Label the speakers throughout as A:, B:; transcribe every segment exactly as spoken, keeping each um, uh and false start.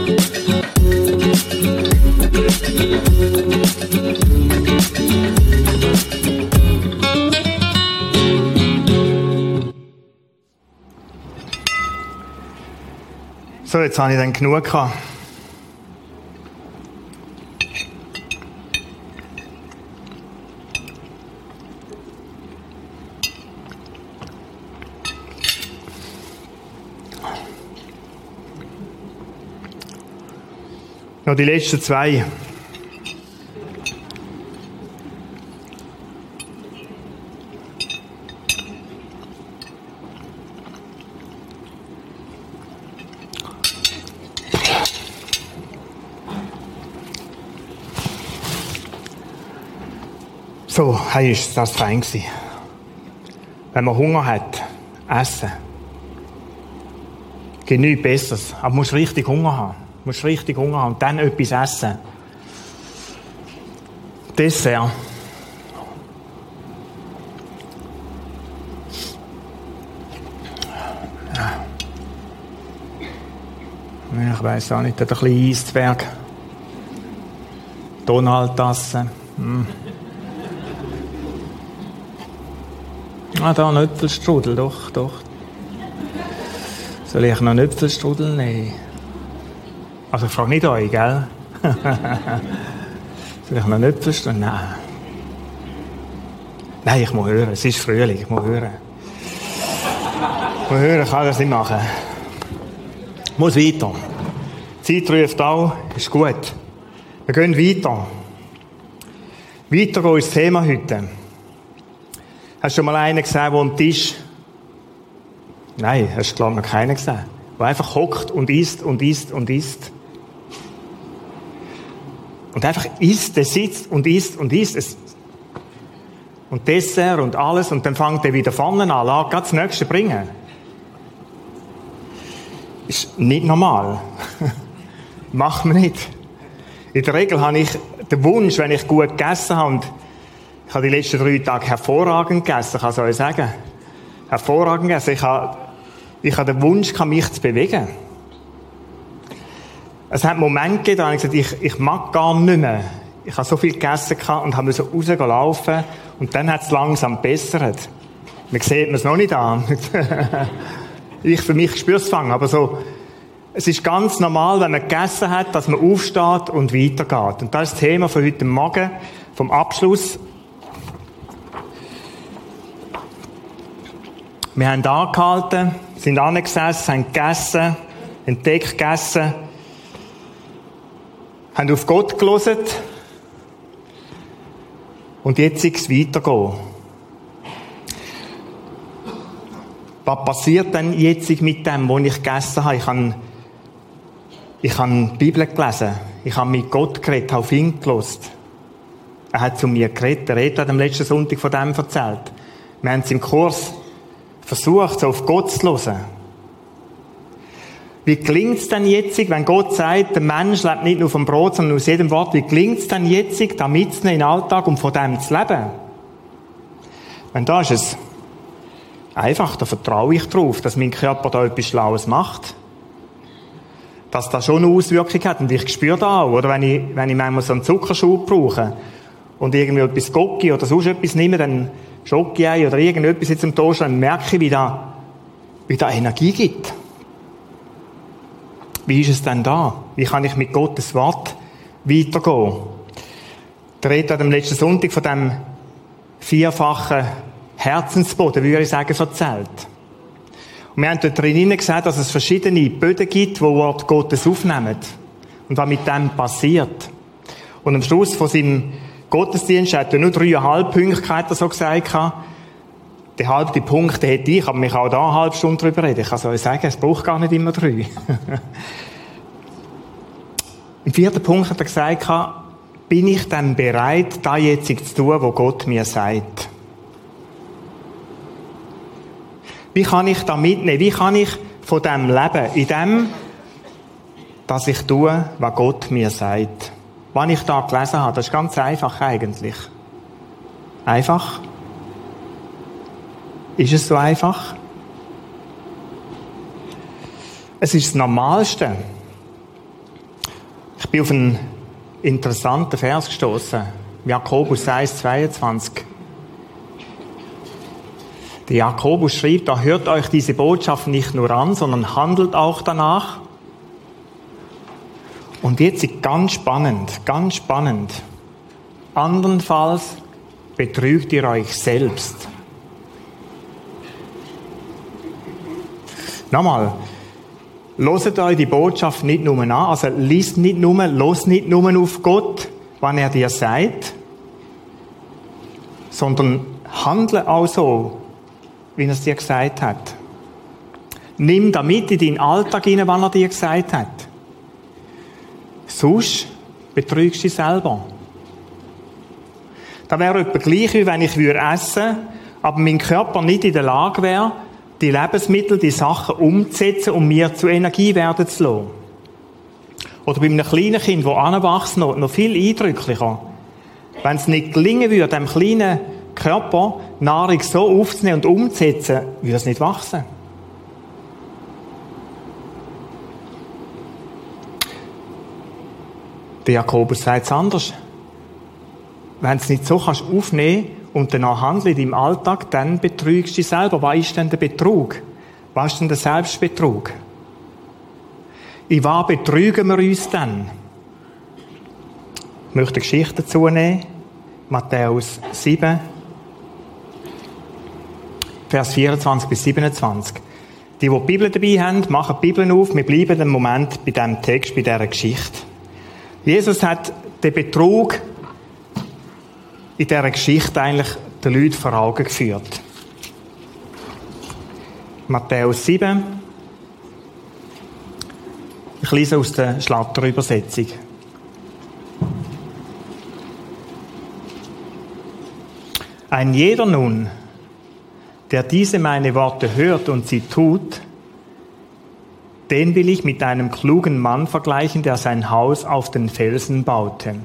A: So, jetzt habe ich dann genug gehabt. Noch die letzten zwei. So, hey, ist das fein gewesen. Wenn man Hunger hat, essen. Geht nichts Besseres. Aber du musst richtig Hunger haben. Du musst richtig Hunger haben und dann etwas essen. Dessert. Ja. Ich weiss auch nicht, ein bisschen Eiszwerg. Donald-Tasse. Hm. Ah, da ein Äpfelstrudel, doch, doch. Soll ich noch einen Äpfelstrudel nehmen? Also ich frage nicht euch, gell? Soll ich noch einen Äpfelstrudel? Nein. Nein, ich muss hören, es ist Frühling, ich muss hören. Ich muss hören, ich kann das nicht machen. Ich muss weiter. Die Zeit ruft auch, ist gut. Wir gehen weiter. Weiter ist das Thema heute. Hast du schon mal einen gesehen, der am Tisch... Nein, hast du, glaube ich, noch keinen gesehen. Der einfach hockt und isst und isst und isst. Und einfach isst, der sitzt und isst und isst. Es und Dessert und alles. Und dann fängt er wieder vorne an. Lass gerade das Nächste bringen. Ist nicht normal. Macht man nicht. In der Regel habe ich den Wunsch, wenn ich gut gegessen habe, und ich habe die letzten drei Tage hervorragend gegessen, kann ich euch sagen. Hervorragend gegessen. Ich habe, ich habe den Wunsch, mich zu bewegen. Es hat Momente gegeben, da habe ich gesagt, ich, ich mag gar nicht mehr. Ich habe so viel gegessen und habe so rausgelaufen und dann hat es langsam gebessert. Man sieht mir es noch nicht an. Ich für mich spüre es fangen, aber so, es ist ganz normal, wenn man gegessen hat, dass man aufsteht und weitergeht. Und das ist das Thema von heute Morgen, vom Abschluss. Wir haben angehalten, sind angesessen, haben gegessen, entdeckt gegessen, haben auf Gott gehört und jetzt ist es weitergehen. Was passiert denn jetzt mit dem, was ich gegessen habe? Ich habe, ich habe die Bibel gelesen, ich habe mit Gott geredet, habe auf ihn gehört. Er hat zu mir geredet, er hat am letzten Sonntag von dem erzählt. Wir haben es im Kurs versucht, so auf Gott zu hören. Wie gelingt es denn jetzt, wenn Gott sagt, der Mensch lebt nicht nur vom Brot, sondern aus jedem Wort, wie gelingt es denn jetzt, da mitzunehmen in den Alltag, um von dem zu leben? Wenn da ist es einfach, da vertraue ich darauf, dass mein Körper da etwas Schlaues macht. Dass das schon eine Auswirkung hat, und ich spüre das auch. Oder wenn ich, wenn ich manchmal so einen Zuckerschub brauche und irgendwie etwas Gocki oder sonst etwas nehme, dann Schoki-Ei oder irgendetwas jetzt im Toast, dann merke ich, wie da, wie da Energie gibt. Wie ist es denn da? Wie kann ich mit Gottes Wort weitergehen? Der Red hat am letzten Sonntag von dem vierfachen Herzensboden, würde ich sagen, erzählt. Und wir haben dort drin gesehen, dass es verschiedene Böden gibt, die Wort Gottes aufnehmen. Und was mit dem passiert. Und am Schluss von seinem Gottesdienst hat er nur dreieinhalb Punkte, hat er so gesagt. Der halbe Punkt hätte ich, aber mich auch da eine halbe Stunde drüber reden. Ich kann es euch sagen, es braucht gar nicht immer drei. Im vierten Punkt hat er gesagt, bin ich dann bereit, das jetzt zu tun, was Gott mir sagt? Wie kann ich da mitnehmen? Wie kann ich von dem leben? In dem, dass ich tue, was Gott mir sagt. Was ich da gelesen habe, das ist ganz einfach eigentlich. Einfach? Ist es so einfach? Es ist das Normalste. Ich bin auf einen interessanten Vers gestoßen. Jakobus eins, zweiundzwanzig. Der Jakobus schrieb, da hört euch diese Botschaft nicht nur an, sondern handelt auch danach. Und jetzt ist ganz spannend, ganz spannend. Andernfalls betrügt ihr euch selbst. Nochmal, hört euch die Botschaft nicht nur an, also liest nicht nur, hört nicht nur auf Gott, was er dir sagt, sondern handle auch so, wie er es dir gesagt hat. Nimm damit in deinen Alltag hinein, was er dir gesagt hat. Sonst betrügst du dich selber. Das wäre etwa gleich, wie wenn ich essen würde, aber mein Körper nicht in der Lage wäre, die Lebensmittel, die Sachen umzusetzen, um mir zu Energie werden zu lassen. Oder bei einem kleinen Kind, das anwächst, noch, noch viel eindrücklicher. Wenn es nicht gelingen würde, dem kleinen Körper Nahrung so aufzunehmen und umzusetzen, würde es nicht wachsen. Der Jakobus sagt es anders. Wenn du es nicht so kannst aufnehmen und danach handeln in deinem Alltag, dann betrügst du dich selber. Was ist denn der Betrug? Was ist denn der Selbstbetrug? In was betrügen wir uns denn? Ich möchte eine Geschichte dazu nehmen. Matthäus sieben, Vers vierundzwanzig bis siebenundzwanzig. Die, die die Bibel dabei haben, machen die Bibel auf. Wir bleiben einen Moment bei diesem Text, bei dieser Geschichte. Jesus hat den Betrug in dieser Geschichte eigentlich den Leuten vor Augen geführt. Matthäus sieben. Ich lese aus der Schlatter-Übersetzung. Ein jeder nun, der diese meine Worte hört und sie tut, den will ich mit einem klugen Mann vergleichen, der sein Haus auf den Felsen baute.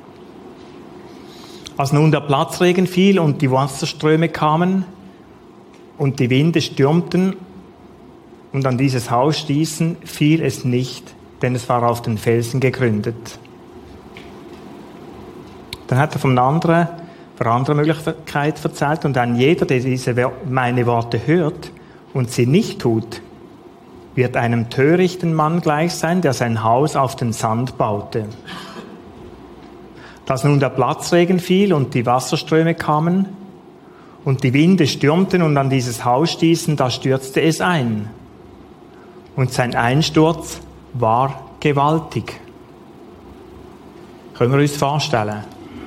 A: Als nun der Platzregen fiel und die Wasserströme kamen und die Winde stürmten und an dieses Haus stießen, fiel es nicht, denn es war auf den Felsen gegründet. Dann hat er von einer anderen, von einer anderen Möglichkeit erzählt, und ein jeder, der diese meine Worte hört und sie nicht tut, wird einem törichten Mann gleich sein, der sein Haus auf den Sand baute. Als nun der Platzregen fiel und die Wasserströme kamen und die Winde stürmten und an dieses Haus stießen, da stürzte es ein. Und sein Einsturz war gewaltig. Können wir uns vorstellen?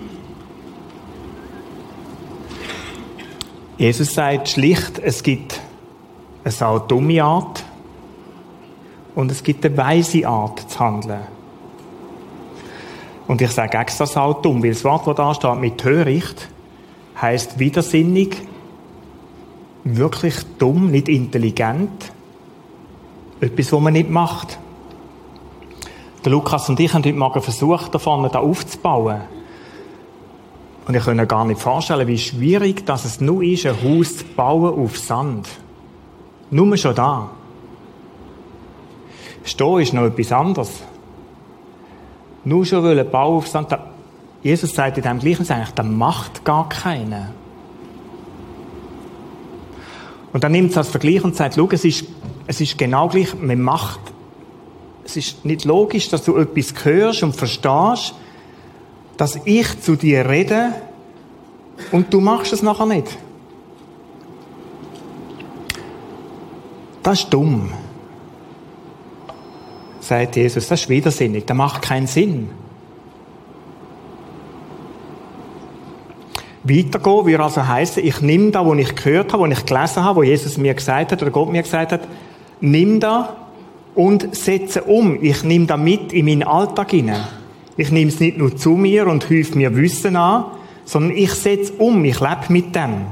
A: Jesus sagt schlicht, es gibt eine sau dumme Art und es gibt eine weise Art zu handeln. Und ich sage extra sau dumm, weil das Wort, das da steht mit töricht, heisst widersinnig, wirklich dumm, nicht intelligent, etwas, was man nicht macht. Der Lukas und ich haben heute Morgen versucht, davon da aufzubauen. Und ich kann mir gar nicht vorstellen, wie schwierig dass es nur ist, ein Haus zu bauen auf Sand. Nur schon da. Stehen ist noch etwas anderes. Nur schon wollen bauen auf Sand. Jesus sagt in diesem gleichen Satz, das macht gar keiner. Und dann nimmt es als Vergleich und sagt, schau, es ist, es ist genau gleich, man macht, es ist nicht logisch, dass du etwas hörst und verstehst, dass ich zu dir rede und du machst es nachher nicht. Das ist dumm, sagt Jesus. Das ist widersinnig. Das macht keinen Sinn. Weitergehen würde also heissen, ich nehme das, was ich gehört habe, was ich gelesen habe, was Jesus mir gesagt hat oder Gott mir gesagt hat, nimm das und setze um. Ich nehme das mit in meinen Alltag hinein. Ich nehme es nicht nur zu mir und häufe mir Wissen an, sondern ich setze um, ich lebe mit dem.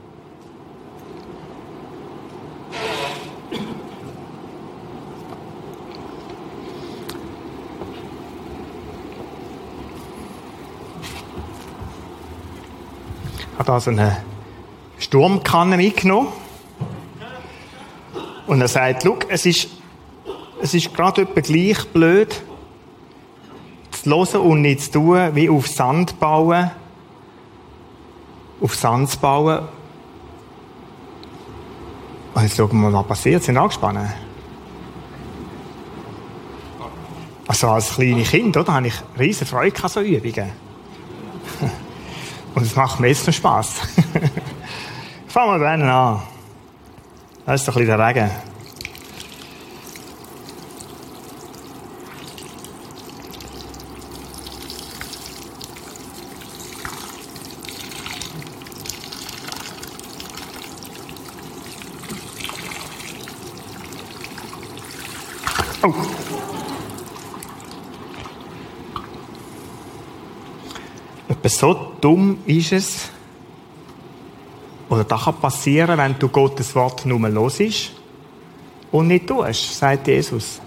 A: Ich habe also eine Sturmkanne mitgenommen und er sagt, schau, es ist, es ist gerade etwa gleich blöd, zu hören und nicht zu tun, wie auf Sand bauen, auf Sand zu bauen. Und jetzt schauen wir mal, was passiert. Sind angespannt? Also als kleines Kind, oder, habe ich riesen Freude an so Übungen. Und es macht mir jetzt noch Spass. Fangen wir dann an. Das ist doch ein bisschen der Regen. Oh. Etwas so dumm ist es, oder das kann passieren, wenn du Gottes Wort nur hörst und nicht tust, sagt Jesus.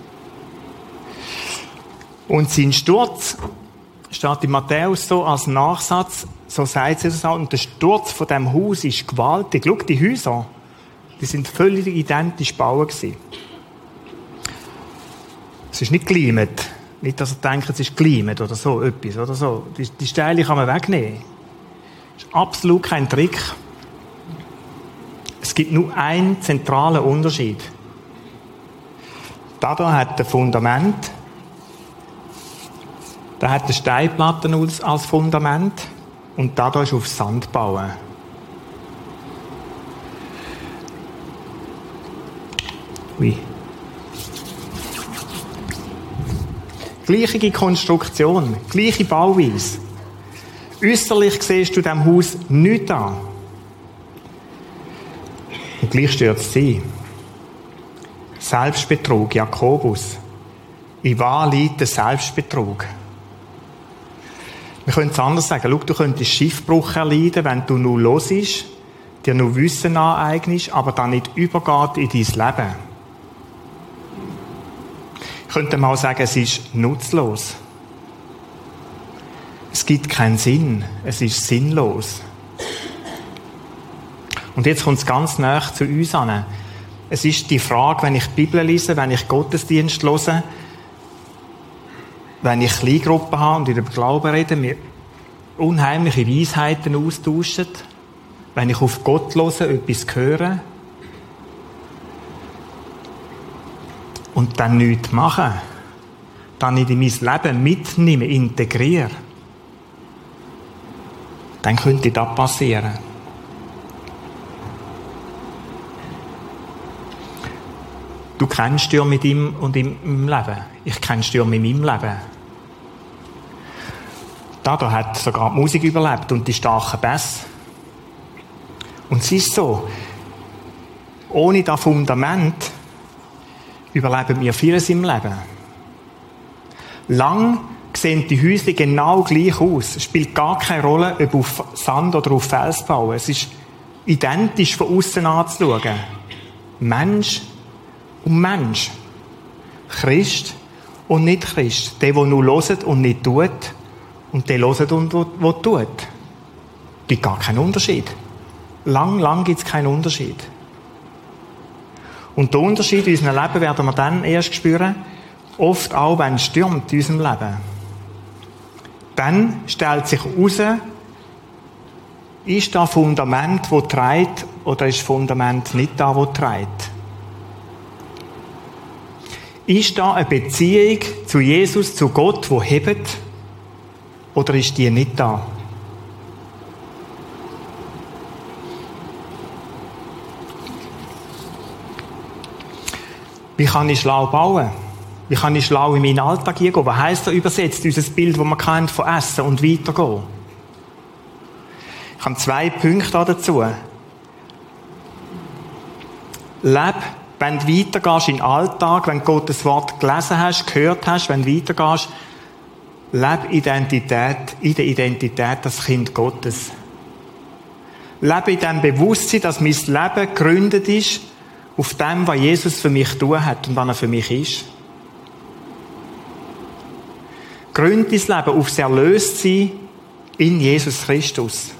A: Und sein Sturz steht in Matthäus so als Nachsatz, so sagt Jesus auch, und der Sturz von diesem Haus ist gewaltig. Schau, die Häuser, die sind völlig identisch gebaut gewesen. Es ist nicht geleimt. Nicht, dass ihr denkt, es ist geleimt oder so, etwas oder so. Die, die Steine kann man wegnehmen. Das ist absolut kein Trick. Es gibt nur einen zentralen Unterschied. Da hier hat ein Fundament. Da hat eine Steinplatte als Fundament. Und da hier ist auf Sand bauen. Ui. Gleiche Konstruktion, gleiche Bauweise. Äußerlich siehst du diesem Haus nichts an. Und gleich stört es sie. Selbstbetrug, Jakobus. In wahr liegt der Selbstbetrug. Wir können es anders sagen. Schau, du könntest Schiffbruch erleiden, wenn du nur hörst, dir nur Wissen aneignest, aber dann nicht übergeht in dein Leben. Ich könnte mal sagen, es ist nutzlos. Es gibt keinen Sinn. Es ist sinnlos. Und jetzt kommt es ganz nah zu uns an. Es ist die Frage, wenn ich die Bibel lese, wenn ich Gottesdienst höre, wenn ich Kleingruppen habe und über Glauben rede, mir unheimliche Weisheiten austauschen, wenn ich auf Gott höre, etwas höre, und dann nichts machen, dann nicht in mein Leben mitnehmen, integrieren, dann könnte das passieren. Du kennst Stürme mit ihm und im Leben. Ich kenne Stürme in meinem Leben. Da, da hat sogar die Musik überlebt und die starken Bässe. Und es ist so, ohne das Fundament überleben wir vieles im Leben. Lang sehen die Häuser genau gleich aus. Es spielt gar keine Rolle, ob auf Sand oder auf Fels bauen. Es ist identisch von außen anzuschauen. Mensch und Mensch. Christ und nicht Christ. Der, der nur hört und nicht tut. Und der hört und der tut. Es gibt gar keinen Unterschied. Lang, lang gibt es keinen Unterschied. Und den Unterschied in unserem Leben werden wir dann erst spüren, oft auch, wenn es stürmt in unserem Leben. Dann stellt sich heraus, ist das Fundament, das trägt, oder ist das Fundament nicht da, das trägt? Ist da eine Beziehung zu Jesus, zu Gott, die hebt, oder ist die nicht da? Wie kann ich schlau bauen? Wie kann ich schlau in meinen Alltag gehen? Was heisst das übersetzt, dieses Bild, das man kennt von Essen und Weitergehen? Ich habe zwei Punkte dazu. Leb, wenn du weitergehst in den Alltag, wenn du Gottes Wort gelesen hast, gehört hast, wenn du weitergehst, leb Identität, in der Identität das Kind Gottes. Lebe in dem Bewusstsein, dass mein Leben gegründet ist auf dem, was Jesus für mich tun hat und was er für mich ist. Gründe dein Leben auf das Erlöstsein in Jesus Christus.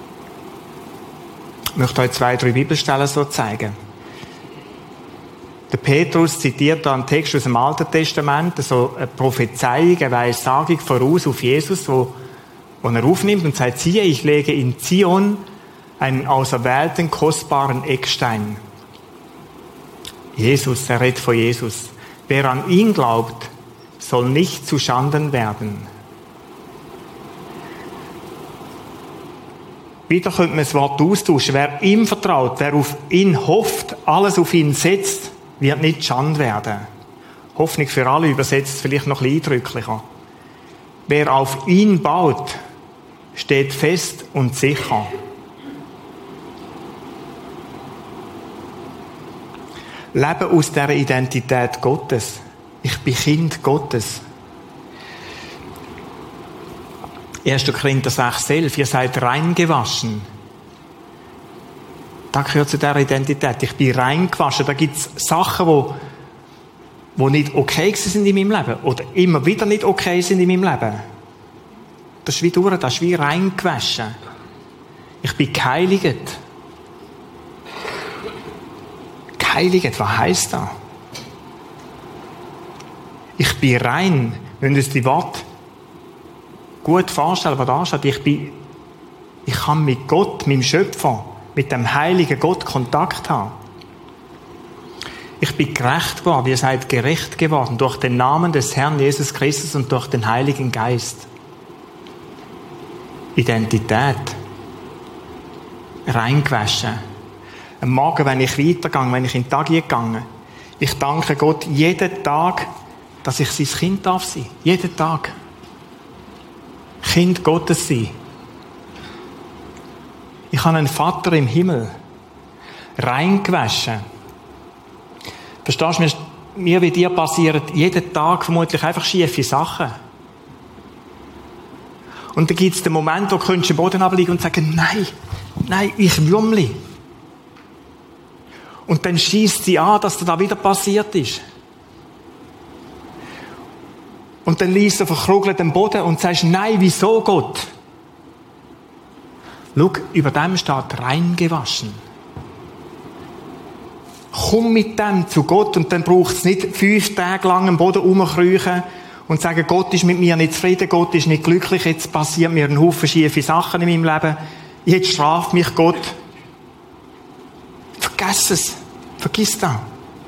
A: Ich möchte euch zwei, drei Bibelstellen so zeigen. Der Petrus zitiert da einen Text aus dem Alten Testament, so eine Prophezeiung, eine Weissagung voraus auf Jesus, wo, wo er aufnimmt und sagt, siehe, ich lege in Zion einen auserwählten, kostbaren Eckstein. Jesus, er redet von Jesus. Wer an ihn glaubt, soll nicht zu Schanden werden. Wieder könnte man das Wort austauschen. Wer ihm vertraut, wer auf ihn hofft, alles auf ihn setzt, wird nicht Schande werden. Hoffnung für alle übersetzt vielleicht noch ein bisschen eindrücklicher. Wer auf ihn baut, steht fest und sicher. Leben aus dieser Identität Gottes. Ich bin Kind Gottes. erster Korinther sechs, elf, ihr seid reingewaschen. Da gehört zu dieser Identität. Ich bin reingewaschen. Da gibt es Sachen, die, die nicht okay sind in meinem Leben. Oder immer wieder nicht okay sind in meinem Leben. Das ist wie durch, das ist wie reingewaschen. Ich bin geheiligt. Geheiligt, was heisst das? Ich bin rein. Wir müssen uns die Worte gut vorstellen, was da steht. Ich bin, ich kann mit Gott, meinem Schöpfer, mit dem heiligen Gott Kontakt haben. Ich bin gerecht geworden, ihr seid gerecht geworden durch den Namen des Herrn Jesus Christus und durch den Heiligen Geist. Identität. Reingewaschen. Am Morgen, wenn ich weitergehe, wenn ich in den Tag gegangen, ich danke Gott jeden Tag, dass ich sein Kind darf sein. Jeden Tag. Kind Gottes sein. Ich habe einen Vater im Himmel. Reingewaschen. Verstehst du, mir, mir wie dir passieren jeden Tag vermutlich einfach schiefe Sachen. Und dann gibt es den Moment, wo du den Boden ablegen und sagen, nein, nein, ich Würmli. Und dann schießt sie an, dass da wieder passiert ist. Und dann liest du verkrugelt den Boden und sagst, nein, wieso Gott? Schau, über dem steht reingewaschen. Komm mit dem zu Gott und dann braucht es nicht fünf Tage lang am Boden rumkriechen und sagen, Gott ist mit mir nicht zufrieden, Gott ist nicht glücklich, jetzt passieren mir ein Haufen schiefe Sachen in meinem Leben, jetzt straft mich Gott. Vergiss es. Vergiss das.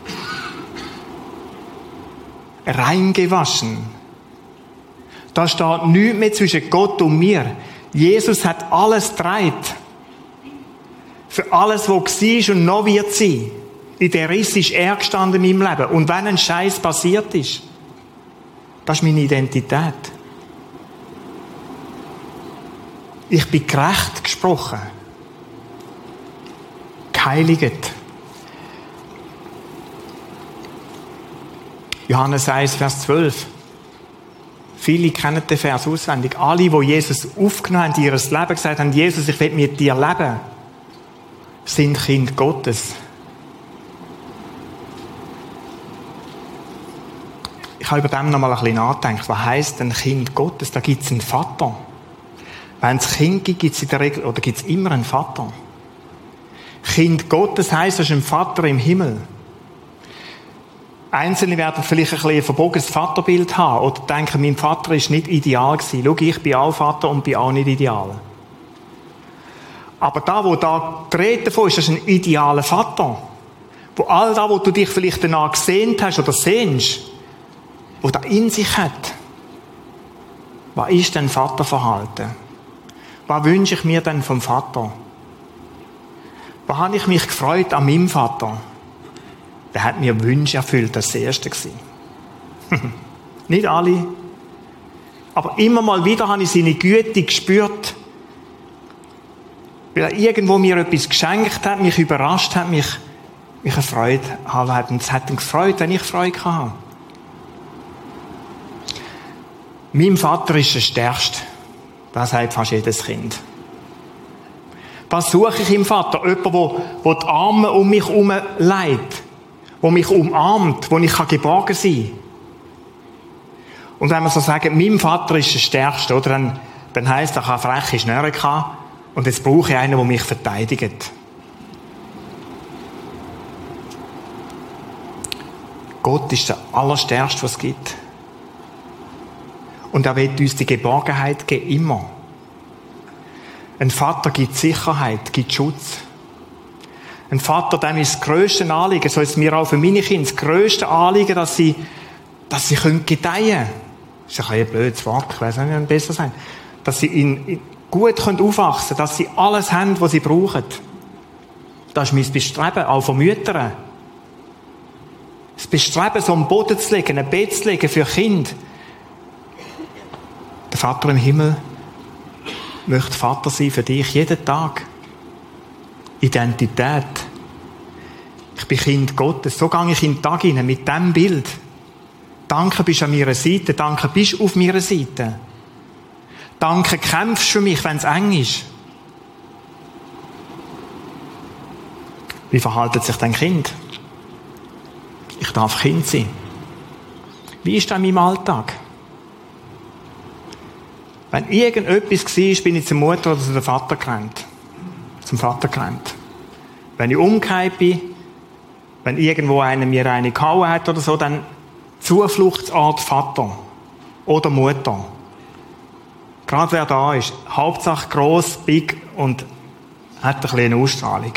A: Reingewaschen. Da steht nichts mehr zwischen Gott und mir. Jesus hat alles getragen. Für alles, was war und noch wird sein. In der Riss ist er gestanden in meinem Leben. Und wenn ein Scheiß passiert ist, das ist meine Identität. Ich bin gerecht gesprochen. Geheiligt. Johannes eins, Vers zwölf. Viele kennen den Vers auswendig. Alle, die Jesus aufgenommen haben, die ihr Leben gesagt haben, Jesus, ich will mit dir leben, sind Kind Gottes. Ich habe über dem noch mal ein bisschen nachgedacht. Was heisst ein Kind Gottes? Da gibt es einen Vater. Wenn es Kind gibt, gibt es in der Regel, oder gibt es immer einen Vater. Kind Gottes heisst, es ist ein Vater im Himmel. Einzelne werden vielleicht ein bisschen ein verbogenes Vaterbild haben oder denken, mein Vater ist nicht ideal gewesen. Schau, ich bin auch Vater und bin auch nicht ideal. Aber da, wo da die Rede davon ist, das ist ein idealer Vater. Wo all das, wo du dich vielleicht danach gesehnt hast oder sehnst, wo da in sich hat. Was ist denn Vaterverhalten? Was wünsche ich mir denn vom Vater? Was habe ich mich gefreut an meinem Vater? Der hat mir Wünsche erfüllt, das war das Erste. Nicht alle. Aber immer mal wieder habe ich seine Güte gespürt, weil er irgendwo mir etwas geschenkt hat, mich überrascht hat, mich, mich eine Freude haben hat. Und es hat ihn gefreut, wenn ich Freude hatte. Mein Vater ist der Stärkste. Das sagt fast jedes Kind. Was suche ich im Vater? Jemand, der die Arme um mich herum legt, der mich umarmt, wo ich geborgen sein kann. Und wenn wir so sagen, mein Vater ist der Stärkste, oder, dann, dann heisst er, ich habe freche Schnürre gehabt und jetzt brauche ich einen, der mich verteidigt. Gott ist der Allerstärkste, was es gibt. Und er will uns die Geborgenheit geben, immer. Ein Vater gibt Sicherheit, gibt Schutz. Ein Vater, dem ist das grösste Anliegen, so ist es mir auch für meine Kinder, das grösste Anliegen, dass sie, dass sie können gedeihen können. Das ist ein blödes Wort, ich weiss nicht, wie besser sein. Dass sie in, in gut können aufwachsen können, dass sie alles haben, was sie brauchen. Das ist mein Bestreben, auch von Müttern. Das Bestreben, so am Boden zu legen, ein Bett zu legen für Kinder. Der Vater im Himmel möchte Vater sein für dich, jeden Tag. Identität. Ich bin Kind Gottes. So gehe ich in den Tag hinein, mit diesem Bild. Danke, bist du an meiner Seite. Danke, bist du auf meiner Seite. Danke, kämpfst für mich, wenn es eng ist. Wie verhält sich dein Kind? Ich darf Kind sein. Wie ist das in meinem Alltag? Wenn irgendetwas war, bin ich zur Mutter oder zum Vater gerannt. Zum Vater gerannt. Wenn ich umgekehrt bin, wenn irgendwo einer mir eine gehauen hat oder so, dann Zufluchtsort Vater oder Mutter. Gerade wer da ist, Hauptsache gross, big und hat ein bisschen eine Ausstrahlung.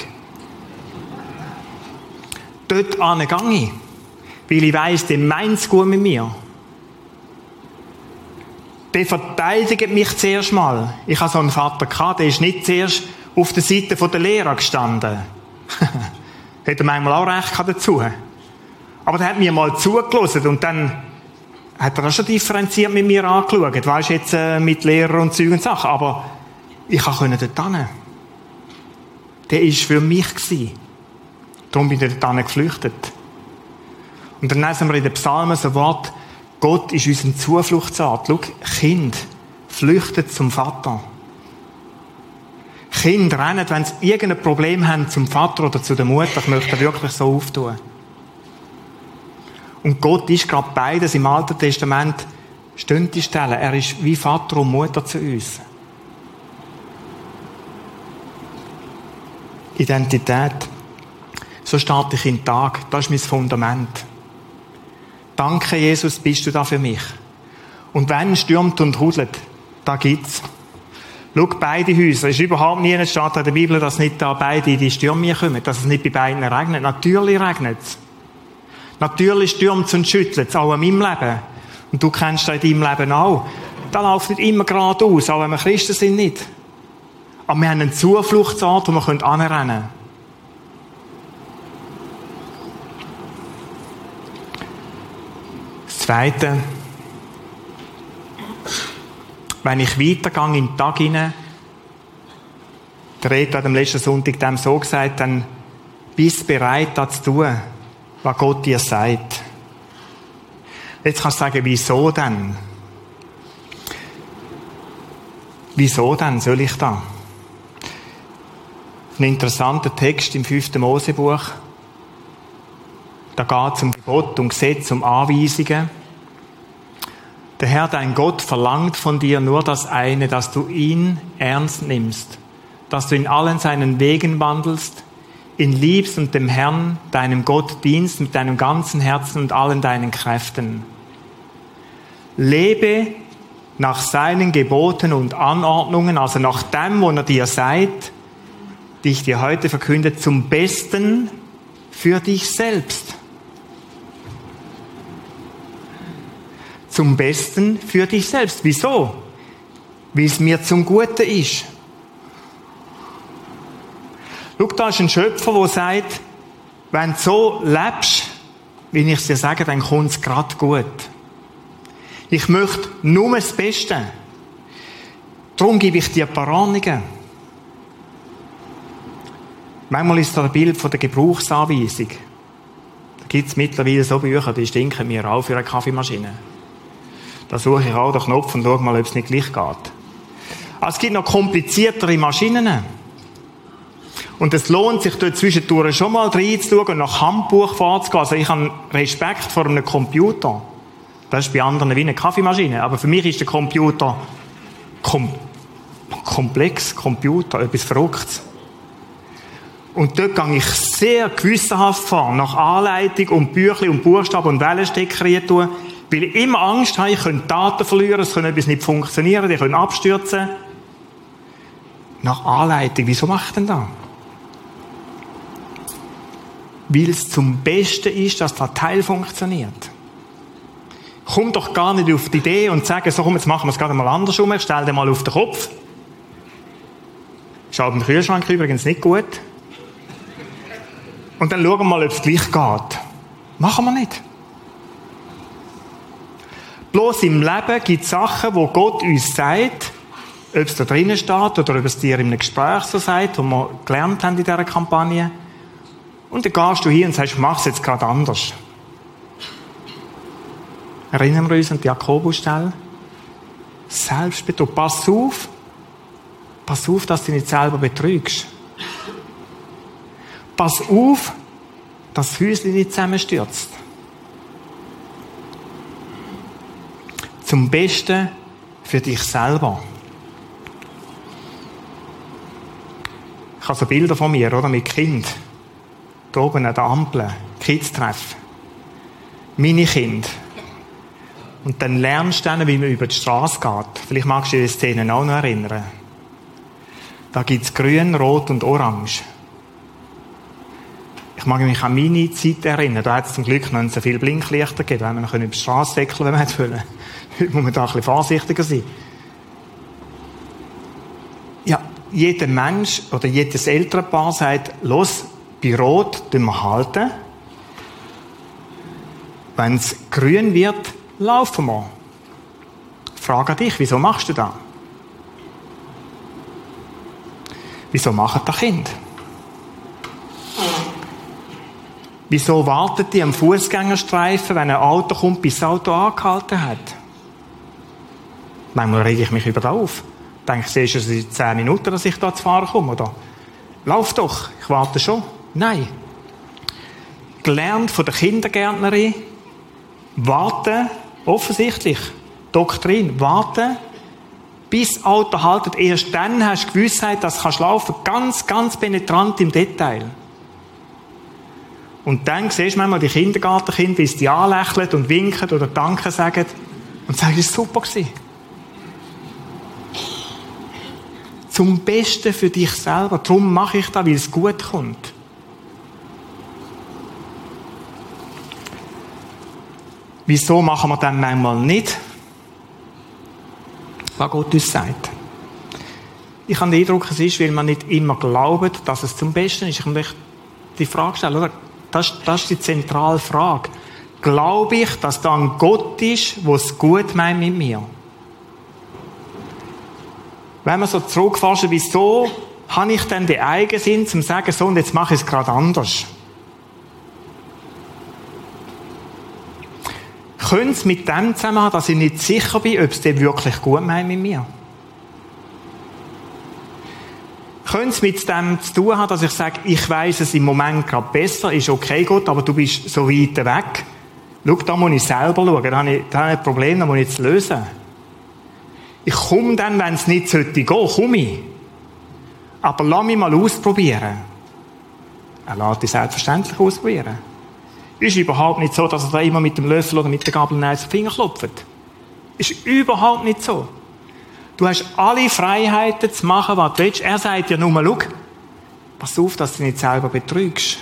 A: Dort gehe ich, weil ich weiss, der meint es gut mit mir. Der verteidigt mich zuerst mal. Ich hatte so einen Vater gehabt, der ist nicht zuerst auf der Seite der Lehrer gestanden. Hätte manchmal auch recht dazu. Aber der hat mir mal zugelassen und dann hat er auch schon differenziert mit mir angeschaut. Weisst jetzt äh, mit Lehrer und Zeug und Sachen. Aber ich konnte dort hin. Der war für mich gewesen. Darum bin ich dort geflüchtet. Und dann lesen wir in den Psalmen so ein Wort, Gott ist unser Zufluchtsort. Schau, Kind flüchtet zum Vater. Kinder rennen, wenn sie irgendein Problem haben, zum Vater oder zu der Mutter. Ich möchte wirklich so auftun. Und Gott ist gerade beides im Alten Testament stünde Stellen. Er ist wie Vater und Mutter zu uns. Identität. So starte ich in den Tag. Das ist mein Fundament. Danke, Jesus, bist du da für mich. Und wenn es stürmt und hudelt, da gibt's. Schau, beide Häuser. Es ist überhaupt nie, es steht in der Bibel, dass nicht da beide in die Stürme kommen, dass es nicht bei beiden regnet. Natürlich regnet es. Natürlich stürmt es und schüttelt es, auch in meinem Leben. Und du kennst das in deinem Leben auch. Da läuft nicht immer geradeaus, auch wenn wir Christen sind nicht. Aber wir haben einen Zufluchtsort, wo wir hinrennen können. Das Zweite, wenn ich weitergehe in den Tag hinein, der Redner hat am letzten Sonntag dem so gesagt, dann bist du bereit, das zu tun, was Gott dir sagt. Jetzt kannst du sagen, wieso denn? Wieso denn soll ich da? Ein interessanter Text im fünften Mosebuch. Da geht es um Gebot, um Gesetz, um Anweisungen. Der Herr, dein Gott, verlangt von dir nur das eine, dass du ihn ernst nimmst, dass du in allen seinen Wegen wandelst, ihn liebst und dem Herrn, deinem Gott, dienst mit deinem ganzen Herzen und allen deinen Kräften. Lebe nach seinen Geboten und Anordnungen, also nach dem, wo er dir sagt, die ich dir heute verkünde, zum Besten für dich selbst. Zum Besten für dich selbst. Wieso? Weil es mir zum Guten ist. Schau, da ist ein Schöpfer, der sagt, wenn du so lebst, wie ich es dir sage, dann kommt es gerade gut. Ich möchte nur das Beste. Darum gebe ich dir ein paar Ahnungen. Manchmal ist da ein Bild von der Gebrauchsanweisung. Da gibt es mittlerweile so Bücher, die stinken mir auch für eine Kaffeemaschine. Da suche ich auch den Knopf und schaue mal, ob es nicht gleich geht. Aber es gibt noch kompliziertere Maschinen. Und es lohnt sich dort zwischendurch schon mal reinzuschauen und nach Handbuch vorzugehen. Also ich habe Respekt vor einem Computer. Das ist bei anderen wie eine Kaffeemaschine. Aber für mich ist der Computer kom- komplex, Computer, etwas Verrücktes. Und dort gehe ich sehr gewissenhaft vor, nach Anleitung und Büchli und Buchstaben und Wellenstecker tun, weil ich immer Angst habe, ich könnte Daten verlieren, es könnte etwas nicht funktionieren, ich könnte abstürzen. Nach Anleitung, wieso mache ich denn das? Weil es zum Besten ist, dass der Teil funktioniert. Komm doch gar nicht auf die Idee und sage, so komm, jetzt machen wir es gerade mal andersrum, ich stelle den mal auf den Kopf. Schaut im Kühlschrank übrigens nicht gut. Und dann schauen wir mal, ob es gleich geht. Machen wir nicht. Bloß im Leben gibt es Sachen, wo Gott uns sagt, ob es da drinnen steht oder ob es dir in einem Gespräch so sagt, wo wir gelernt haben in dieser Kampagne. Und dann gehst du hier und sagst, mach es jetzt gerade anders. Erinnern wir uns an die Jakobusstelle? Selbstbetrug. Pass auf. Pass auf, dass du dich nicht selber betrügst. Pass auf, dass das Häuschen nicht zusammenstürzt. Zum Besten für dich selber. Ich habe so Bilder von mir, oder? Mit Kind. Da oben an der Ampel. Kids-Treff. Meine Kinder. Und dann lernst du dann, wie man über die Straße geht. Vielleicht magst du dir die Szene auch noch erinnern. Da gibt es grün, rot und orange. Ich mag mich an meine Zeit erinnern. Da hat es zum Glück noch so viele Blinklichter gegeben, wenn man noch über die Straße säckeln, wenn man es wollen. Heute muss man da ein bisschen vorsichtiger sein. Ja, jeder Mensch oder jedes Elternpaar sagt, los, bei Rot tun wir halten. Wenn es grün wird, laufen wir. Frage dich, wieso machst du das? Wieso machen das Kinder? Wieso wartet die am Fußgängerstreifen, wenn ein Auto kommt, bis das Auto angehalten hat? Manchmal rege ich mich über das auf. Ich denke, siehst du, es sind zehn Minuten, dass ich da zu fahren komme, oder? Lauf doch, ich warte schon. Nein. Gelernt von der Kindergärtnerin, warten, offensichtlich, Doktrin, warten, bis das Auto haltet. Erst dann hast du Gewissheit, dass du laufen kannst, ganz, ganz penetrant im Detail. Und dann siehst du manchmal die Kindergartenkinder, wie sie die anlächeln und winken oder Danke sagen und sagen, es war super gewesen. Zum Besten für dich selber. Darum mache ich das, weil es gut kommt. Wieso machen wir dann manchmal nicht, was Gott uns sagt? Ich habe den Eindruck, es ist, weil man nicht immer glaubt, dass es zum Besten ist. Ich möchte die Frage stellen, oder? Das, das ist die zentrale Frage. Glaube ich, dass da ein Gott ist, der es gut meint mit mir? Wenn man so zurückfasst, wieso habe ich denn den Eigensinn, zum zu sagen, so, und jetzt mache ich es gerade anders? Könnte es mit dem zusammenhängen, dass ich nicht sicher bin, ob es den wirklich gut meint mit mir? Könnte es mit dem zu tun haben, dass ich sage, ich weiss es im Moment gerade besser, ist okay, Gott, aber du bist so weit weg. Schau, da muss ich selber schauen, da habe ich, da habe ich ein Problem, da muss ich jetzt lösen. Ich komme dann, wenn es nicht sollte gehen, komme ich. Aber lass mich mal ausprobieren. Er lässt dich selbstverständlich ausprobieren. Ist überhaupt nicht so, dass er da immer mit dem Löffel oder mit der Gabel auf den Finger klopft. Ist überhaupt nicht so. Du hast alle Freiheiten zu machen, was du willst. Er sagt ja nur, schau, pass auf, dass du dich nicht selber betrügst.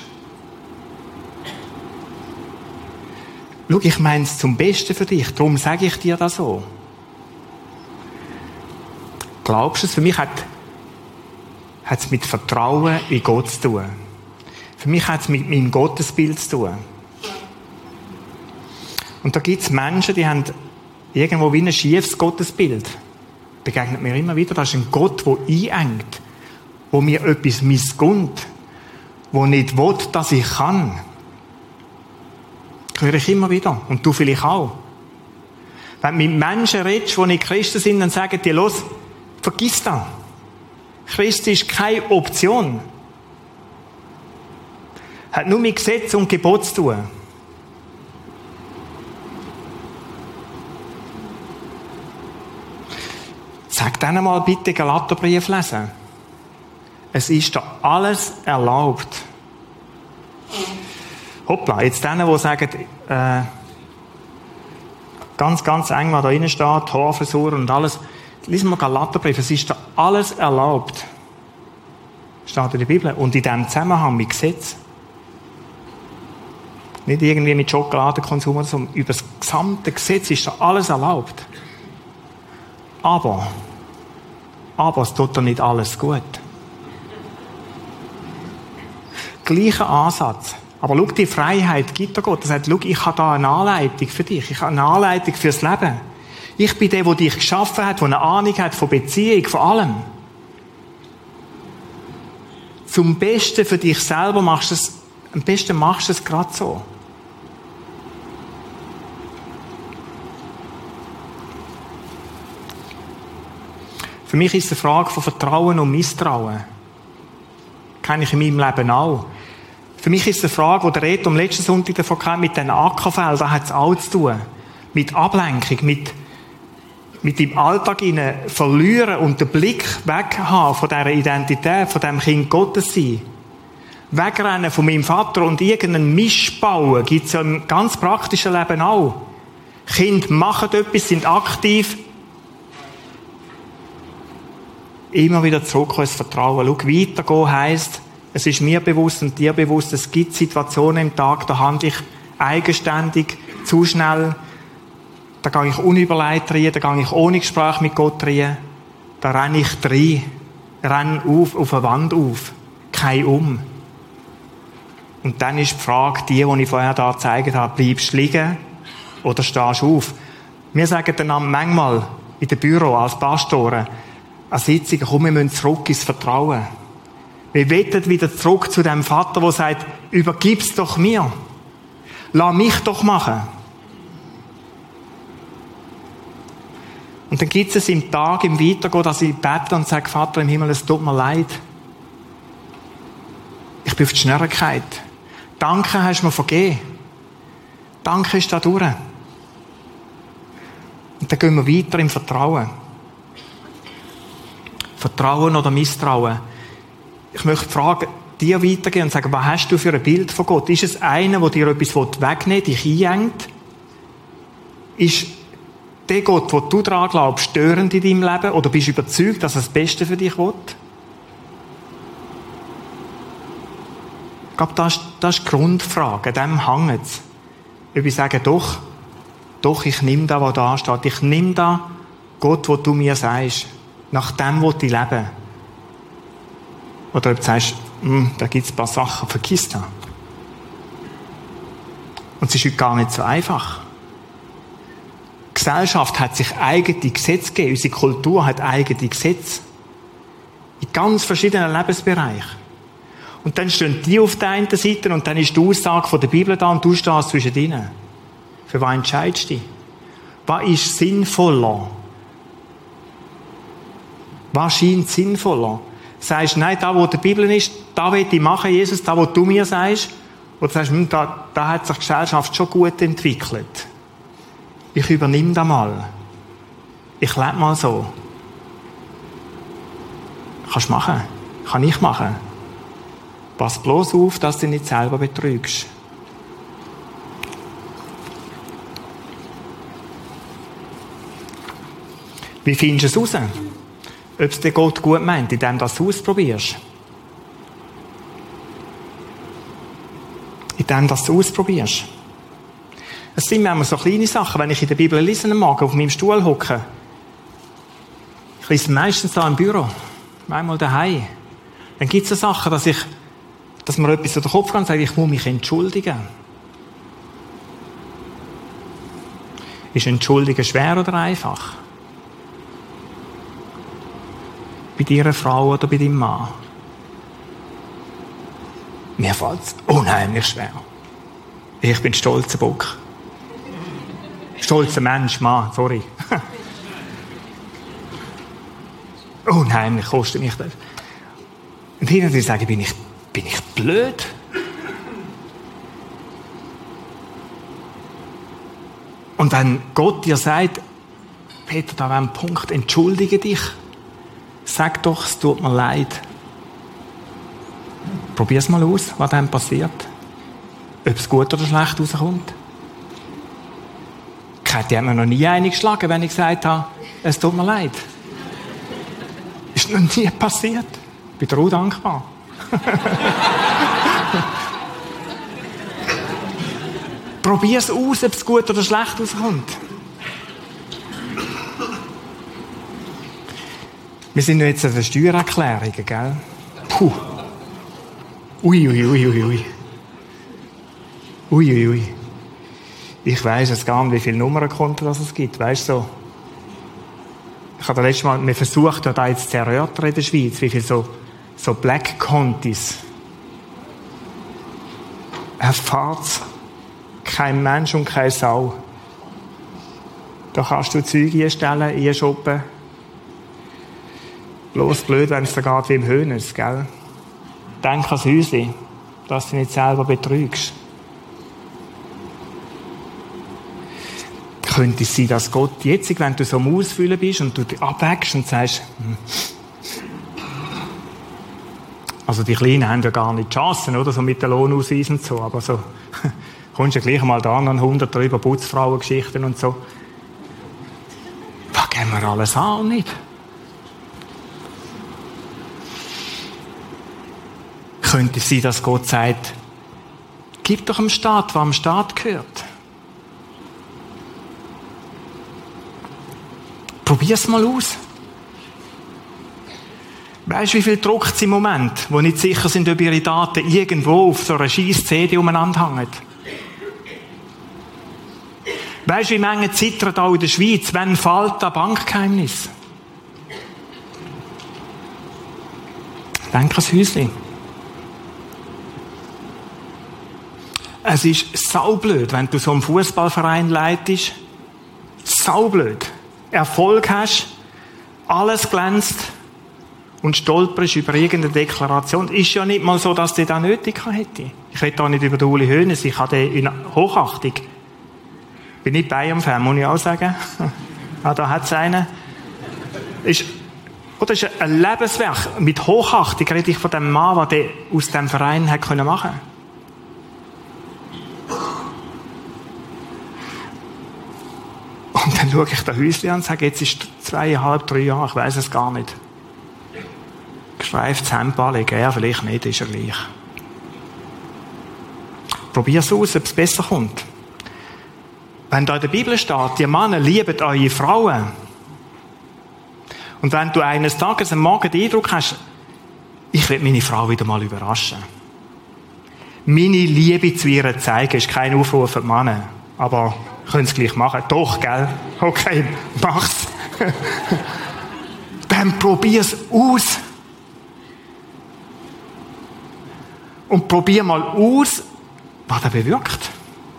A: Schau, ich meine es zum Besten für dich, darum sage ich dir das so. Glaubst du es? Für mich hat hat es mit Vertrauen in Gott zu tun. Für mich hat es mit meinem Gottesbild zu tun. Und da gibt es Menschen, die haben irgendwo wie ein schiefes Gottesbild. Begegnet mir immer wieder. Das ist ein Gott, der einengt, der mir etwas missgönnt, der nicht will, dass ich kann. Das höre ich immer wieder. Und du vielleicht auch. Wenn du mit Menschen redest, die nicht Christen sind, dann sagen die, los, vergiss das. Christ ist keine Option. Hat nur mit Gesetz und Gebot zu tun. Sag dann mal bitte Galaterbrief lesen. Es ist da alles erlaubt. Hoppla, jetzt denen, die sagen, äh, ganz, ganz eng, was da drinnen steht, Haarfrisur und alles. Lesen wir Galaterbrief, es ist da alles erlaubt. Steht in der Bibel. Und in diesem Zusammenhang mit Gesetz. Nicht irgendwie mit Schokoladenkonsum oder so. Über das gesamte Gesetz ist da alles erlaubt. Aber, aber es tut doch nicht alles gut. Gleicher Ansatz. Aber schau, die Freiheit gibt dir Gott. Er sagt, schau, ich habe da eine Anleitung für dich. Ich habe eine Anleitung fürs Leben. Ich bin der, der dich geschaffen hat, der eine Ahnung hat von Beziehung, von allem. Zum Besten für dich selber machst du es, am besten machst du es gerade so. Für mich ist es eine Frage von Vertrauen und Misstrauen. Kenne ich in meinem Leben auch. Für mich ist es eine Frage, die der Reto am letzten Sonntag davon kam, mit den Ackerfeldern hat es auch zu tun. Mit Ablenkung, mit, mit im Alltag hinein verlieren und den Blick weghaben von dieser Identität, von diesem Kind Gottes sein. Wegrennen von meinem Vater und irgendeinen Misch bauen, gibt es ja im ganz praktischen Leben auch. Kinder machen etwas, sind aktiv. Immer wieder zurück ins Vertrauen. Schau, weitergehen heisst, es ist mir bewusst und dir bewusst, es gibt Situationen im Tag, da handle ich eigenständig, zu schnell, da gehe ich unüberlegt rein, da gehe ich ohne Gespräch mit Gott rein, da renne ich rein, renne auf, auf eine Wand auf, kein um. Und dann ist die Frage, die, die ich vorher da gezeigt habe, bleibst du liegen oder stehst du auf? Wir sagen dann manchmal in dem Büro als Pastoren, an Sitzungen, komm, wir müssen zurück ins Vertrauen. Wir wollen wieder zurück zu dem Vater, der sagt, übergib's doch mir. Lass mich doch machen. Und dann gibt es im Tag, im Weitergehen, dass ich bete und sage, Vater im Himmel, es tut mir leid. Ich bin auf die Schnelligkeit. Danke, hast du mir vergeben. Danke, ist da durch. Und dann gehen wir weiter im Vertrauen. Vertrauen oder Misstrauen. Ich möchte fragen, dir weitergehen und sagen, was hast du für ein Bild von Gott? Ist es einer, der dir etwas wegnehmen will, dich einengt? Ist der Gott, den du daran glaubst, störend in deinem Leben? Oder bist du überzeugt, dass er das Beste für dich will? Ich glaube, das ist, das ist die Grundfrage. An dem hängt es. Ob ich sage, doch, doch, ich nehme das, was da steht. Ich nehme das, Gott, was du mir sagst. Nach dem will ich leben. Oder ob du sagst, da gibt es ein paar Sachen, vergiss das. Und es ist heute gar nicht so einfach. Die Gesellschaft hat sich eigene Gesetze gegeben. Unsere Kultur hat eigene Gesetze. In ganz verschiedenen Lebensbereichen. Und dann stehen die auf der einen Seite und dann ist die Aussage von der Bibel da und du stehst zwischen ihnen. Für was entscheidest du dich? Was ist sinnvoller? Was scheint sinnvoller? Sagst du, nein, da wo die Bibel ist, da will ich machen, Jesus, da wo du mir sagst. Oder sagst du, da, da hat sich die Gesellschaft schon gut entwickelt. Ich übernehme das mal. Ich lebe mal so. Kannst du machen. Kann ich machen. Pass bloß auf, dass du dich nicht selber betrügst. Wie findest du es raus? Ob es dir Gott gut meint, indem du das ausprobierst. Indem du das ausprobierst. Es sind manchmal so kleine Sachen, wenn ich in der Bibel lesen mag, auf meinem Stuhl hocke. Ich lese meistens da im Büro, manchmal daheim. Dann gibt es so Sachen, dass ich, dass mir etwas durch den Kopf geht und sage, ich muss mich entschuldigen. Ist Entschuldigen schwer oder einfach? Bei deiner Frau oder bei deinem Mann? Mir fällt es unheimlich schwer. Ich bin stolzer Bock. Stolzer Mensch, Mann, sorry. Unheimlich kostet mich das. Und hinterher sagen, bin ich, bin ich blöd? Und wenn Gott dir sagt, Peter, da war ein Punkt, entschuldige dich. Sag doch, es tut mir leid. Probier es mal aus, was dann passiert. Ob es gut oder schlecht rauskommt. Die haben mir noch nie eingeschlagen, wenn ich gesagt habe, es tut mir leid. Ist noch nie passiert. Ich bin dir auch dankbar. Probier es aus, ob es gut oder schlecht rauskommt. Wir sind jetzt an den Steuererklärungen, gell? Puh. Ui, ui, ui, ui, ui. Ui, ui, ui. Ich weiss jetzt gar nicht, wie viele Nummernkonten es gibt. Weißt du, so. Ich habe das letzte Mal, wir versucht, da jetzt zu erörtern in der Schweiz, wie viele so, so Black-Kontis. Erfahrt's kein Mensch und keine Sau. Da kannst du Züge einstellen, einschoppen. Bloß blöd, wenn es da geht wie im Höhners, gell? Denk ans Häuschen, dass du nicht selber betrügst. Könnte es sein, dass Gott jetzt, wenn du so am Ausfüllen bist und du dich abwägst und sagst, hm. Also die Kleinen haben ja gar nicht die Chancen, oder? So mit den Lohnausweisen und so, aber so, kommst du ja gleich mal da an hundert drüber Putzfrauengeschichten und so. Was geben wir alles an und nicht? Könnte es sein, dass Gott sagt, gib doch dem Staat, was dem Staat gehört. Probier es mal aus. Weißt du, wie viel druckt es im Moment, wo nicht sicher sind, ob ihre Daten irgendwo auf so einer scheiß C D umeinander hängen? Weißt du, wie Menge zittert auch in der Schweiz, wenn fällt ein Bankgeheimnis? Denk ans Häuschen. Es ist saublöd, wenn du so einen Fußballverein leitest. Saublöd. Erfolg hast, alles glänzt und stolperst über irgendeine Deklaration. Ist ja nicht mal so, dass der das nötig hätte. Ich rede da nicht über den Uli Hoeneß, ich habe den in Hochachtung. Bin nicht Bayern-Fan, muss ich auch sagen. Ah, da hat es einen. Ist, oder ist ein Lebenswerk. Mit Hochachtung rede ich von dem Mann, der aus diesem Verein hat können machen. Und dann schaue ich das Häuschen an und sage, jetzt ist zweieinhalb, drei Jahre, ich weiss es gar nicht. Gestreiftes Hemd anlegen, ja, vielleicht nicht, ist er gleich. Probier es aus, ob es besser kommt. Wenn da in der Bibel steht, die Männer lieben eure Frauen. Und wenn du eines Tages am Morgen den Eindruck hast, ich will meine Frau wieder mal überraschen. Meine Liebe zu ihr zeigen, ist kein Aufruf für die Männer. Aber können es gleich machen. Doch, gell? Okay, mach's. Dann probier's aus. Und probier mal aus, was er bewirkt.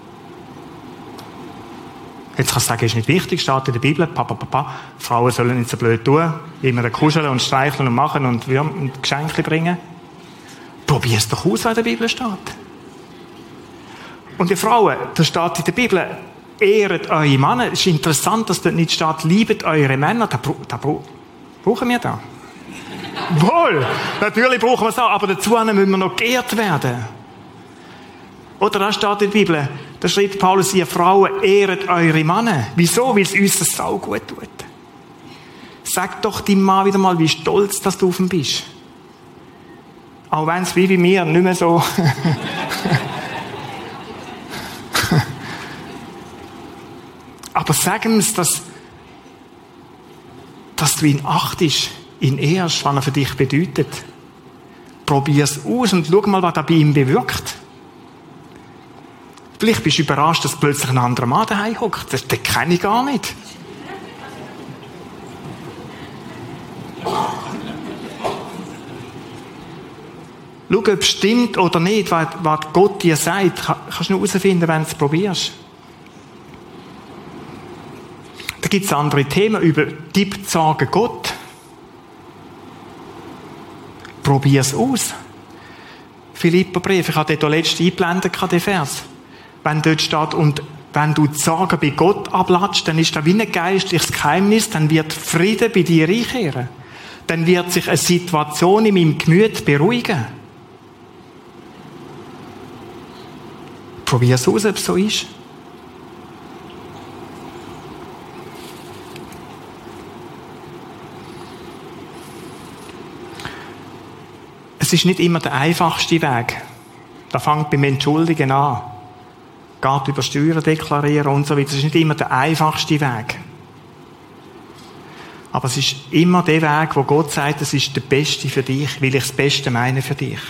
A: Jetzt kannst du sagen, ist nicht wichtig, steht in der Bibel, papa, papa, Frauen sollen nicht so blöd tun, immer kuscheln und streicheln und machen und, und Geschenke bringen. Probier es doch aus, was in der Bibel steht. Und die Frauen, da steht in der Bibel, ehret eure Männer. Es ist interessant, dass dort nicht steht, liebet eure Männer. Da, da brauchen wir da. Wohl, natürlich brauchen wir es auch, aber dazu müssen wir noch geehrt werden. Oder da steht in der Bibel, da schreibt Paulus, ihr Frauen, ehret eure Männer. Wieso? Weil es uns das sau gut tut. Sag doch deinem Mann wieder mal, wie stolz dass du auf ihn bist. Auch wenn es wie bei mir nicht mehr so... Aber sag ihm, dass, dass du ihn achtest, ihn ehrst, was er für dich bedeutet. Probier es aus und schau mal, was er bei ihm bewirkt. Vielleicht bist du überrascht, dass plötzlich ein anderer Mann daheim hockt. Das, das kenne ich gar nicht. Schau, ob es stimmt oder nicht, was, was Gott dir sagt, kannst du nur herausfinden, wenn du es probierst. Da gibt es andere Themen über Tipp sagen Gott. Probier es aus. Philipperbrief, ich habe dort letztens eingeblendet, den Vers. Wenn dort steht, und wenn du die Sorgen bei Gott ablatschst, dann ist das wie ein geistliches Geheimnis, dann wird Friede bei dir einkehren. Dann wird sich eine Situation in meinem Gemüt beruhigen. Probier es aus, ob es so ist. Es ist nicht immer der einfachste Weg. Das fängt beim Entschuldigen an. Geht über Steuern deklarieren und so weiter. Das ist nicht immer der einfachste Weg. Aber es ist immer der Weg, wo Gott sagt, es ist der beste für dich, weil ich das Beste meine für dich.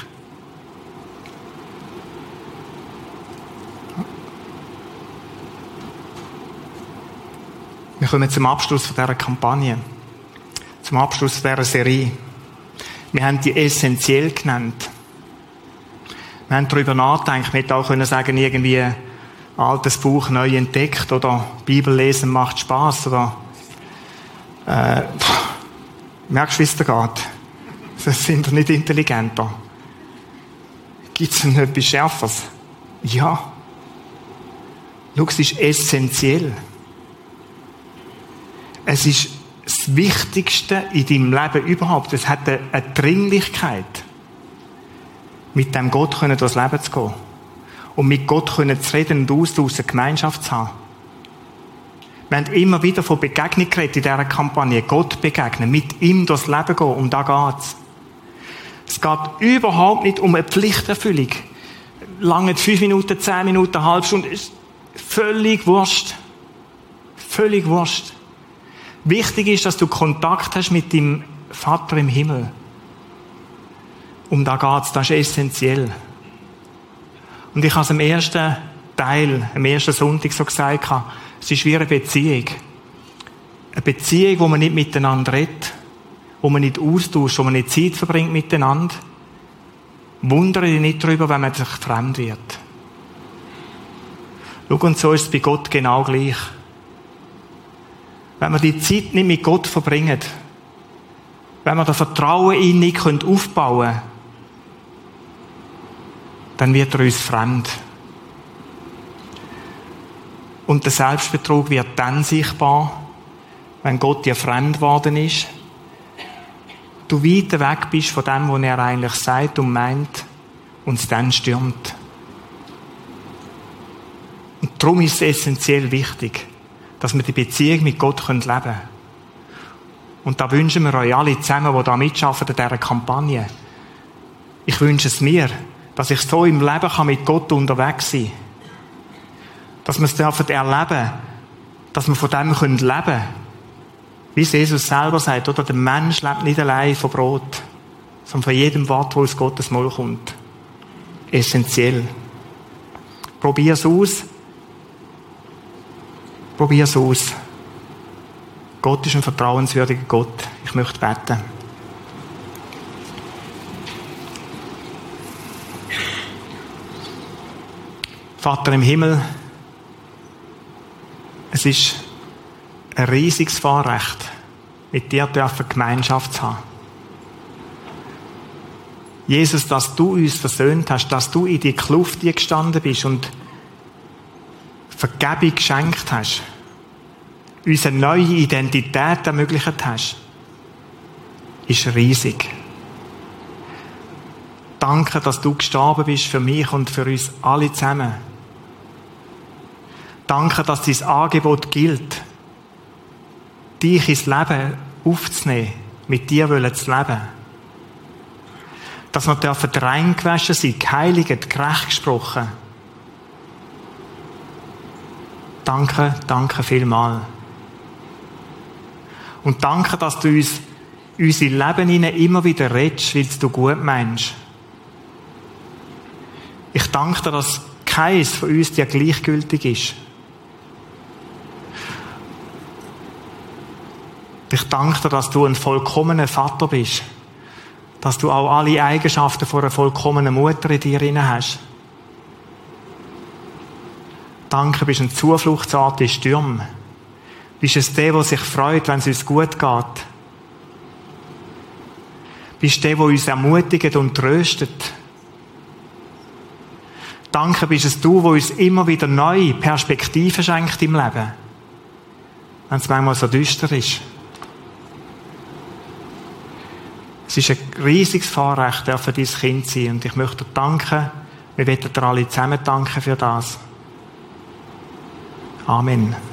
A: Wir kommen zum Abschluss von dieser Kampagne. Zum Abschluss dieser Serie. Wir haben die essentiell genannt. Wir haben darüber nachgedacht. Wir hätten auch können sagen, irgendwie altes Buch neu entdeckt oder Bibel lesen macht Spass oder äh, pff, merkst du, wie es da geht? Das sind doch nicht intelligenter. Gibt es denn etwas Schärferes? Ja. Schau, es ist essentiell. Es ist das Wichtigste in deinem Leben überhaupt. Es hat eine, eine Dringlichkeit, mit dem Gott können durchs Leben zu gehen. Und mit Gott können zu reden und austauschen, Gemeinschaft zu haben. Wir haben immer wieder von Begegnung geredet in dieser Kampagne. Gott begegnen, mit ihm durchs Leben gehen. Um da geht's. Es geht überhaupt nicht um eine Pflichterfüllung. Lange fünf Minuten, zehn Minuten, eine halbe Stunde. Ist völlig wurscht. Völlig wurscht. Wichtig ist, dass du Kontakt hast mit deinem Vater im Himmel. Um da geht's, das ist essentiell. Und ich habe es im ersten Teil, im ersten Sonntag so gesagt, es ist wie eine Beziehung. Eine Beziehung, wo man nicht miteinander redet, wo man nicht austauscht, wo man nicht Zeit verbringt miteinander. Wundere dich nicht darüber, wenn man sich fremd wird. Schau, und so ist es bei Gott genau gleich. Wenn wir die Zeit nicht mit Gott verbringen, wenn wir das Vertrauen in ihn nicht aufbauen können, dann wird er uns fremd. Und der Selbstbetrug wird dann sichtbar, wenn Gott dir fremd geworden ist, du weiter weg bist von dem, was er eigentlich sagt und meint, und es dann stürmt. Und darum ist es essentiell wichtig, dass wir die Beziehung mit Gott leben können. Und da wünschen wir euch alle zusammen, die da mitarbeiten in dieser Kampagne. Ich wünsche es mir, dass ich so im Leben kann mit Gott unterwegs sein kann. Dass wir es dürfen erleben, dass wir von dem leben können. Wie es Jesus selber sagt, oder? Der Mensch lebt nicht allein von Brot, sondern von jedem Wort, das aus Gottes Maul kommt. Essentiell. Probier es aus. Probier es aus. Gott ist ein vertrauenswürdiger Gott. Ich möchte beten. Vater im Himmel, es ist ein riesiges Vorrecht, mit dir dürfen Gemeinschaft zu haben. Jesus, dass du uns versöhnt hast, dass du in die Kluft gestanden bist und Vergebung geschenkt hast, uns eine neue Identität ermöglicht hast, ist riesig. Danke, dass du gestorben bist für mich und für uns alle zusammen. Danke, dass dein Angebot gilt, dich ins Leben aufzunehmen, mit dir zu leben. Dass wir dürfen reingewaschen sein, geheiligt, gerecht gesprochen. Danke, danke vielmals. Und danke, dass du uns in unser Leben hinein immer wieder redest, weil du gut meinst. Ich danke dir, dass keines von uns dir gleichgültig ist. Ich danke dir, dass du ein vollkommener Vater bist. Dass du auch alle Eigenschaften von einer vollkommenen Mutter in dir drin hast. Danke, bist ein Zufluchtsort in Stürmen. Bist es der, der sich freut, wenn es uns gut geht. Bist der, der uns ermutigt und tröstet. Danke, bist es du, der uns immer wieder neue Perspektiven schenkt im Leben. Wenn es manchmal so düster ist. Es ist ein riesiges Vorrecht, für dein Kind zu sein. Und ich möchte dir danken, Wir wollen dir alle zusammen danken für das. Amen.